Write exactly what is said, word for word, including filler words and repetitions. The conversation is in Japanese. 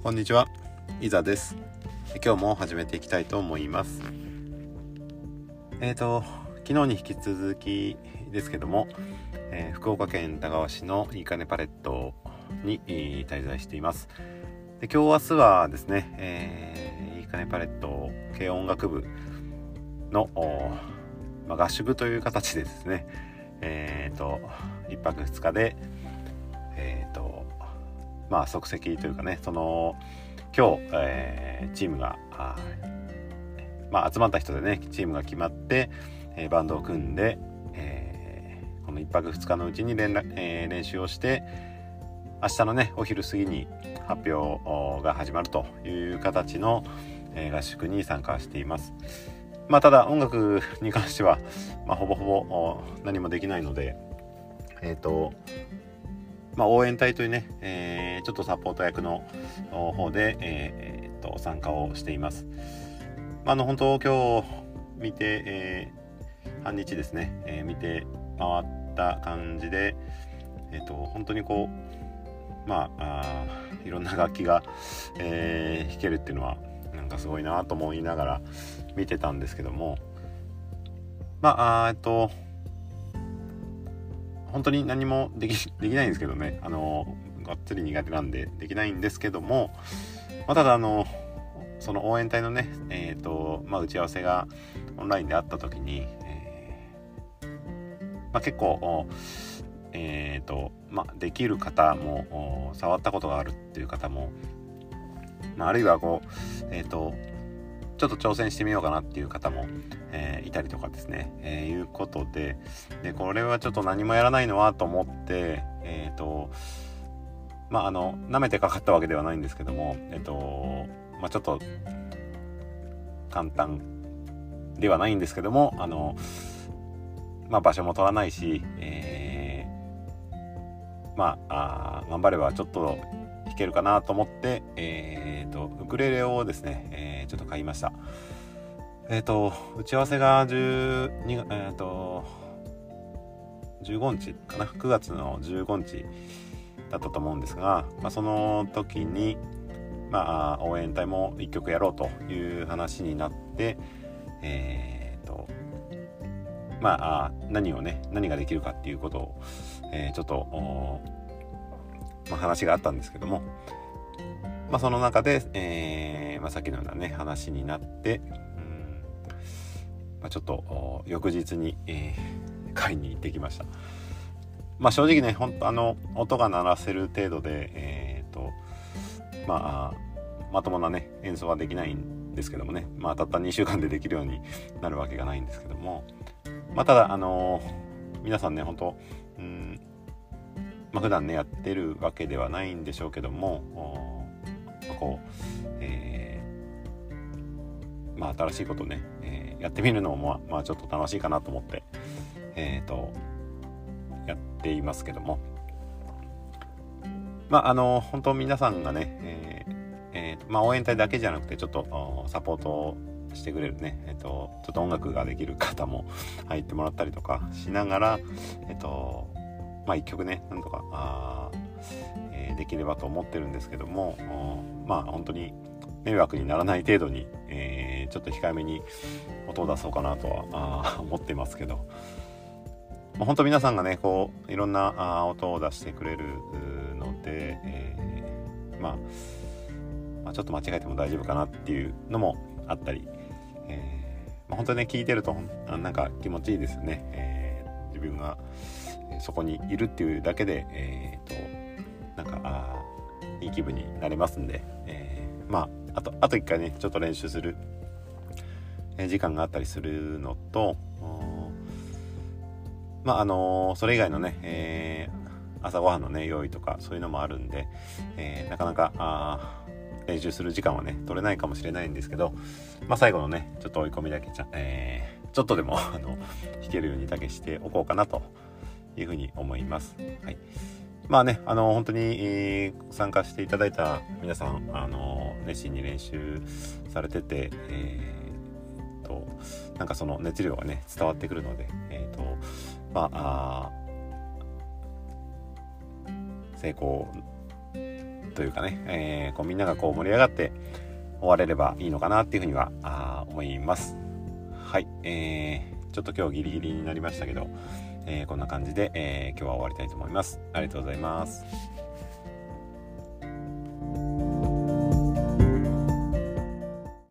こんにちは、いざです。今日も始めていきたいと思います。えーと昨日に引き続きですけども、えー、福岡県田川市のいいかねパレットに、えー、滞在しています。で今日明日はですね、えー、いいかねパレット軽音楽部の、まあ、合宿という形でですね、えーといっぱくふつかでえーとまあ即席というかね、その今日、えー、チームがあ、まあ、集まった人でねチームが決まって、えー、バンドを組んで、えー、このいっぱくふつかのうちに連絡、えー、練習をして明日のねお昼過ぎに発表が始まるという形の、えー、合宿に参加しています。まあただ音楽に関しては、まあ、ほぼほぼ何もできないので、えっとまあ、応援隊というね、えー、ちょっとサポート役の方で、えーえー、と参加をしています。まあ、あの本当今日見て、えー、半日ですね、えー、見て回った感じで、えー、と本当にこうまあ、あいろんな楽器が、えー、弾けるっていうのはなんかすごいなと思いながら見てたんですけども、まあ、あえっと本当に何もでき、できないんですけどね、あのがっつり苦手なんでできないんですけども、まあ、ただあのその応援隊のね、えーとまあ、打ち合わせがオンラインであった時に、えーまあ、結構、えーとまあ、できる方も触ったことがあるっていう方も、まあ、あるいはこう、えーとちょっと挑戦してみようかなっていう方も、えー、いたりとかですね、えー、いうことで、でこれはちょっと何もやらないのはと思って、えっとまああの舐めてかかったわけではないんですけども、えっとまあちょっと簡単ではないんですけども、あのまあ場所も取らないし、えー、まあ、あ頑張ればちょっと弾けるかなと思って、えーとウクレレをですね、えー、ちょっと買いました。えっと打ち合わせがじゅうに、えー、とじゅうごにちかな、くがつのじゅうごにちだったと思うんですが、まあ、その時に、まあ、応援隊もいっきょくやろうという話になって、えーとまあ、何をね何ができるかっていうことを、えー、ちょっと、まあ、話があったんですけども、まあ、その中で、えーまあ、さっきのようなね話になって、うんまあ、ちょっと翌日に、えー、買いに行ってきました。まあ正直ね、ほんとあの音が鳴らせる程度で、えーとまあ、まともなね演奏はできないんですけどもね、まあたったにしゅうかんでできるようになるわけがないんですけども、まあただあのー、皆さんね本当うん、まあ、普段ねやってるわけではないんでしょうけども、まあ、こう、えー、まあ新しいことね、えー、やってみるのもまあ、まあ、ちょっと楽しいかなと思ってえーとやっていますけども、まああの本当皆さんがね、えーえーまあ、応援隊だけじゃなくてちょっとサポートをしてくれるね、えーとちょっと音楽ができる方も入ってもらったりとかしながら、えーとまあ一曲ねなんとかあ、えー、できればと思ってるんですけども、まあ本当に迷惑にならない程度に、えー、ちょっと控えめに音を出そうかなとは思ってますけど、まあ、本当皆さんがねこういろんなあ音を出してくれるので、えーまあ、まあちょっと間違えても大丈夫かなっていうのもあったり、えーまあ、本当にね聞いてるとなんか気持ちいいですよね、えー、自分がそこにいるっていうだけで、えー、となんかあいい気分になれますんで、えー、まああとあと一回ねちょっと練習する時間があったりするのと、まああのー、それ以外のね、えー、朝ごはんのね用意とかそういうのもあるんで、えー、なかなかあ練習する時間はね取れないかもしれないんですけど、まあ最後のねちょっと追い込みだけちゃ、えー、ちょっとでもあの弾けるようにだけしておこうかなというふうに思います。はい。まあねあの本当に、えー、参加していただいた皆さんあの熱心に練習されてて、えー、となんかその熱量がね伝わってくるので、えー、とまあ、あ成功というかね、えー、こうみんながこう盛り上がって終われればいいのかなっていうふうにはあ思います。はい、えー、ちょっと今日ギリギリになりましたけど、えー、こんな感じで、えー、今日は終わりたいと思います。ありがとうございます。